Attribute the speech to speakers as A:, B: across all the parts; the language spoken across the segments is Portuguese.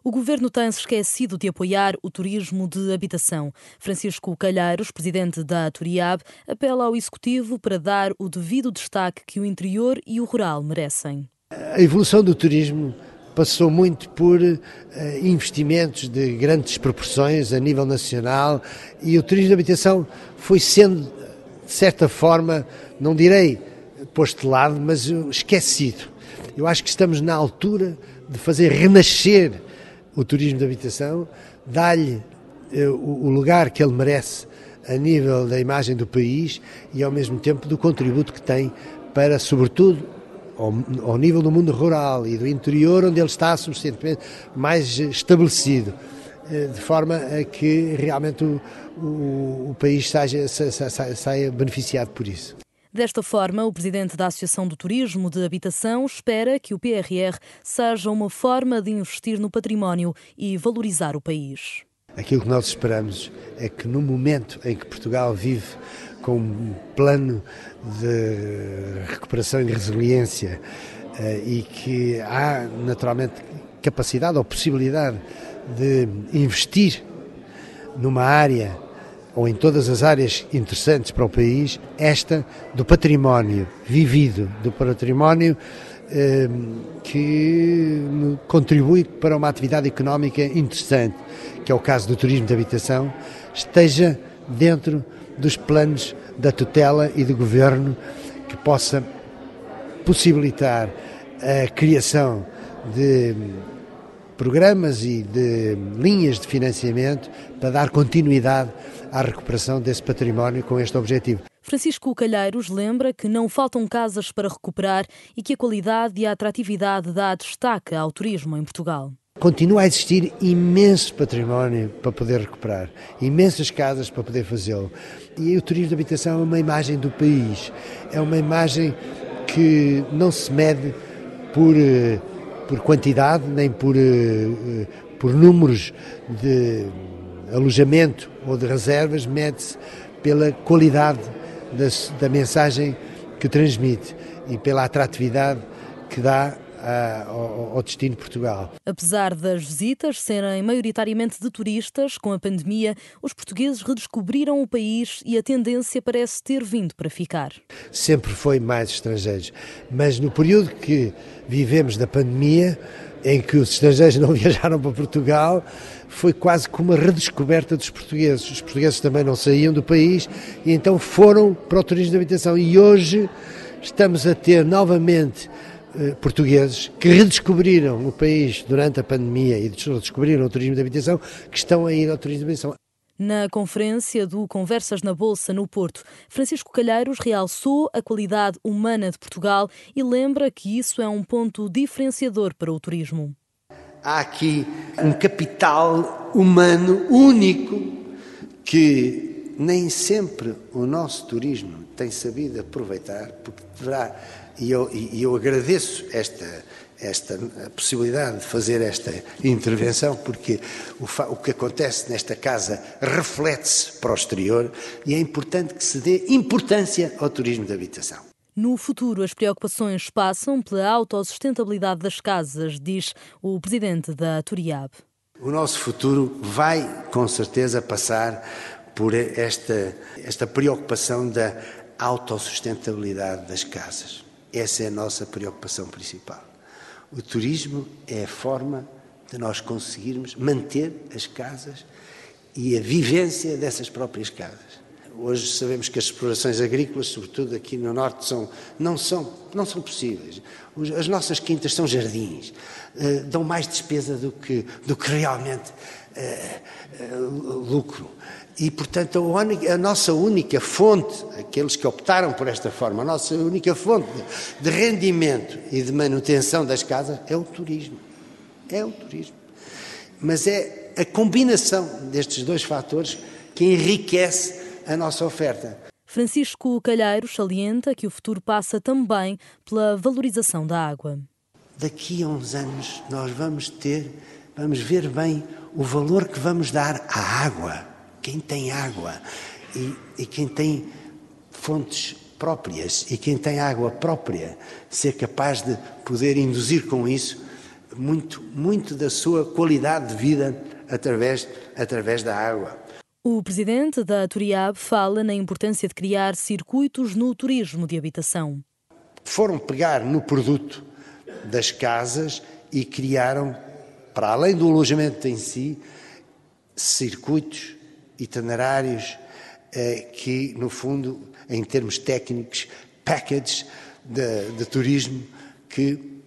A: O governo tem-se esquecido de apoiar o turismo de habitação. Francisco Calheiros, presidente da Turiab, apela ao executivo para dar o devido destaque que o interior e o rural merecem.
B: A evolução do turismo passou muito por investimentos de grandes proporções a nível nacional e o turismo de habitação foi sendo, de certa forma, não direi posto de lado, mas esquecido. Eu acho que estamos na altura de fazer renascer o turismo de habitação, dar-lhe o lugar que ele merece a nível da imagem do país e, ao mesmo tempo, do contributo que tem para, sobretudo, ao nível do mundo rural e do interior, onde ele está suficientemente mais estabelecido, de forma a que realmente o país saia beneficiado por isso.
A: Desta forma, o presidente da Associação do Turismo de Habitação espera que o PRR seja uma forma de investir no património e valorizar o país.
B: Aquilo que nós esperamos é que no momento em que Portugal vive com um plano de recuperação e resiliência e que há naturalmente capacidade ou possibilidade de investir numa área ou em todas as áreas interessantes para o país, esta do património vivido, do património que contribui para uma atividade económica interessante, que é o caso do turismo de habitação, esteja dentro dos planos da tutela e do governo, que possa possibilitar a criação de programas e de linhas de financiamento para dar continuidade à recuperação desse património com este objetivo.
A: Francisco Calheiros lembra que não faltam casas para recuperar e que a qualidade e a atratividade dá destaque ao turismo em Portugal.
B: Continua a existir imenso património para poder recuperar, imensas casas para poder fazê-lo. E o turismo de habitação é uma imagem do país, é uma imagem que não se mede por quantidade, nem por números de alojamento ou de reservas, mede-se pela qualidade da mensagem que transmite e pela atratividade que dá ao destino de Portugal.
A: Apesar das visitas serem maioritariamente de turistas, com a pandemia, os portugueses redescobriram o país e a tendência parece ter vindo para ficar.
B: Sempre foi mais estrangeiros, mas no período que vivemos da pandemia, em que os estrangeiros não viajaram para Portugal, foi quase como uma redescoberta dos portugueses. Os portugueses também não saíam do país e então foram para o turismo de habitação. E hoje estamos a ter novamente portugueses que redescobriram o país durante a pandemia e descobriram o turismo de habitação, que estão a ir ao turismo de habitação.
A: Na conferência do Conversas na Bolsa, no Porto, Francisco Calheiros realçou a qualidade humana de Portugal e lembra que isso é um ponto diferenciador para o turismo.
B: Há aqui um capital humano único que nem sempre o nosso turismo tem sabido aproveitar, porque deverá, e eu agradeço esta possibilidade de fazer esta intervenção, porque o que acontece nesta casa reflete-se para o exterior e é importante que se dê importância ao turismo de habitação.
A: No futuro, as preocupações passam pela autossustentabilidade das casas, diz o presidente da Turiab.
B: O nosso futuro vai, com certeza, passar por esta preocupação da autossustentabilidade das casas. Essa é a nossa preocupação principal. O turismo é a forma de nós conseguirmos manter as casas e a vivência dessas próprias casas. Hoje sabemos que as explorações agrícolas, sobretudo aqui no Norte, não são possíveis. As nossas quintas são jardins, dão mais despesa do que realmente lucro. E, portanto, a nossa única fonte, aqueles que optaram por esta forma, a nossa única fonte de rendimento e de manutenção das casas é o turismo. É o turismo. Mas é a combinação destes dois fatores que enriquece a nossa oferta.
A: Francisco Calheiros salienta que o futuro passa também pela valorização da água.
B: Daqui a uns anos nós vamos ver bem o valor que vamos dar à água. Quem tem água e quem tem fontes próprias e quem tem água própria, ser capaz de poder induzir com isso muito da sua qualidade de vida através da água.
A: O presidente da Turiab fala na importância de criar circuitos no turismo de habitação.
B: Foram pegar no produto das casas e criaram, para além do alojamento em si, circuitos, itinerários, que, no fundo, em termos técnicos, packages de turismo que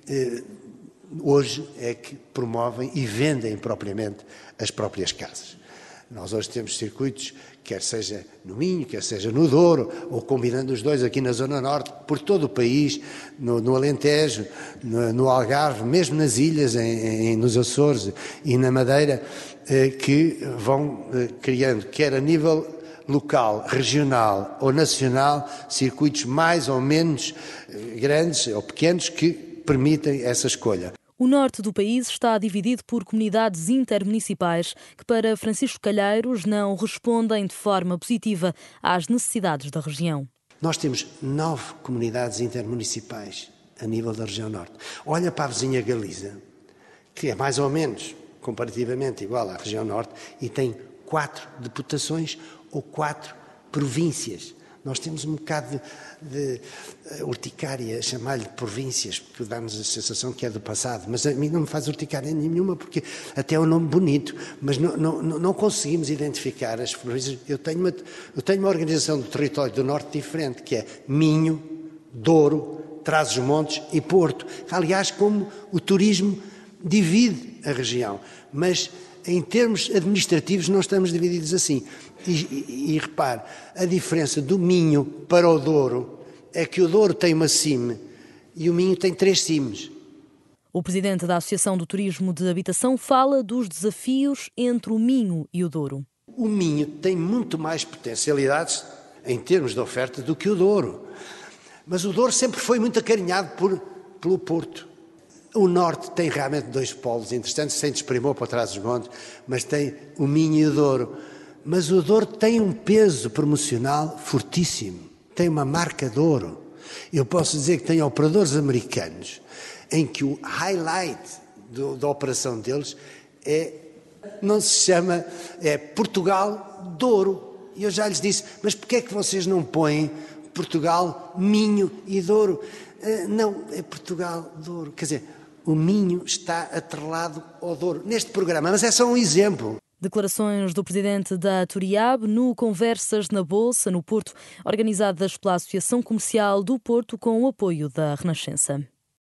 B: hoje é que promovem e vendem propriamente as próprias casas. Nós hoje temos circuitos, quer seja no Minho, quer seja no Douro, ou combinando os dois aqui na Zona Norte, por todo o país, no Alentejo, no Algarve, mesmo nas ilhas, nos Açores e na Madeira, que vão criando, quer a nível local, regional ou nacional, circuitos mais ou menos grandes ou pequenos que permitem essa escolha.
A: O norte do país está dividido por comunidades intermunicipais que, para Francisco Calheiros, não respondem de forma positiva às necessidades da região.
B: Nós temos 9 comunidades intermunicipais a nível da região norte. Olha para a vizinha Galiza, que é mais ou menos comparativamente igual à região norte e tem 4 deputações ou 4 províncias. Nós temos um bocado de urticária, chamar-lhe províncias, porque dá-nos a sensação que é do passado, mas a mim não me faz urticária nenhuma, porque até é um nome bonito, mas não conseguimos identificar as províncias. Eu tenho uma organização do território do Norte diferente, que é Minho, Douro, Trás-os-Montes e Porto. Aliás, como o turismo divide a região, mas em termos administrativos não estamos divididos assim. E repare, a diferença do Minho para o Douro é que o Douro tem uma cime e o Minho tem 3 cimes.
A: O presidente da Associação do Turismo de Habitação fala dos desafios entre o Minho e o Douro.
B: O Minho tem muito mais potencialidades em termos de oferta do que o Douro. Mas o Douro sempre foi muito acarinhado pelo Porto. O Norte tem realmente 2 polos interessantes, sem desprimor para trás dos montes, mas tem o Minho e o Douro. Mas o Douro tem um peso promocional fortíssimo, tem uma marca de ouro. Eu posso dizer que tem operadores americanos em que o highlight da operação deles não se chama Portugal Douro. E eu já lhes disse, mas porquê é que vocês não põem Portugal, Minho e Douro? Não, é Portugal Douro. Quer dizer, o Minho está atrelado ao Douro neste programa, mas é só um exemplo.
A: Declarações do presidente da Turiab no Conversas na Bolsa, no Porto, organizadas pela Associação Comercial do Porto com o apoio da Renascença.